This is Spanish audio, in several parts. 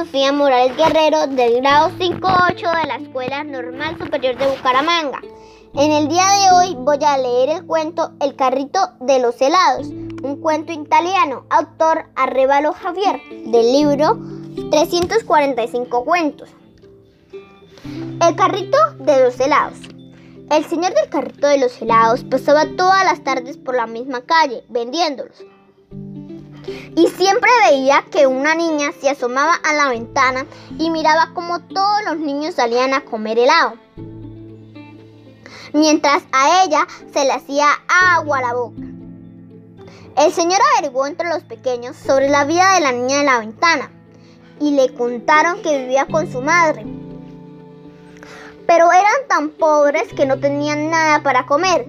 Sofía Morales Guerrero, del grado 5-8 de la Escuela Normal Superior de Bucaramanga. En el día de hoy voy a leer el cuento El carrito de los helados, un cuento italiano, autor Arévalo Javier, del libro 345 cuentos. El carrito de los helados. El señor del carrito de los helados pasaba todas las tardes por la misma calle vendiéndolos. Y siempre veía que una niña se asomaba a la ventana y miraba cómo todos los niños salían a comer helado, mientras a ella se le hacía agua a la boca. El señor averiguó entre los pequeños sobre la vida de la niña de la ventana y le contaron que vivía con su madre, pero eran tan pobres que no tenían nada para comer.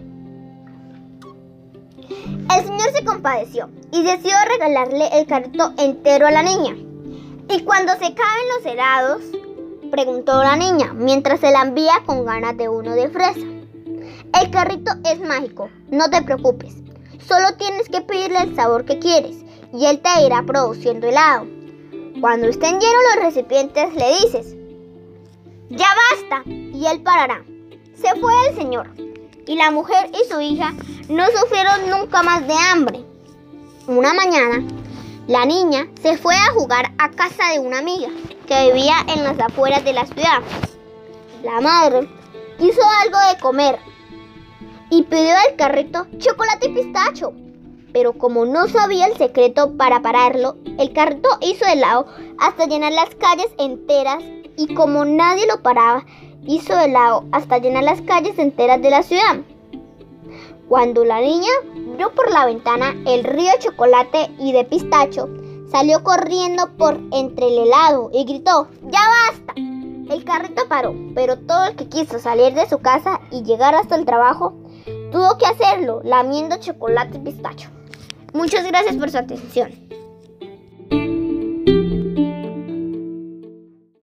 El señor se compadeció y decidió regalarle el carrito entero a la niña. ¿Y cuando se acaben los helados?, preguntó la niña, mientras se la envía con ganas de uno de fresa. El carrito es mágico, no te preocupes. Solo tienes que pedirle el sabor que quieres y él te irá produciendo helado. Cuando estén llenos los recipientes le dices: ¡ya basta!, y él parará. Se fue el señor y la mujer y su hija no sufrieron nunca más de hambre. Una mañana, la niña se fue a jugar a casa de una amiga que vivía en las afueras de la ciudad. La madre quiso algo de comer y pidió al carrito chocolate y pistacho. Pero como no sabía el secreto para pararlo, el carrito hizo helado hasta llenar las calles enteras, y como nadie lo paraba, hizo helado hasta llenar las calles enteras de la ciudad. Cuando la niña vio por la ventana el río de chocolate y de pistacho, salió corriendo por entre el helado y gritó: ¡ya basta! El carrito paró, pero todo el que quiso salir de su casa y llegar hasta el trabajo tuvo que hacerlo lamiendo chocolate y pistacho. Muchas gracias por su atención.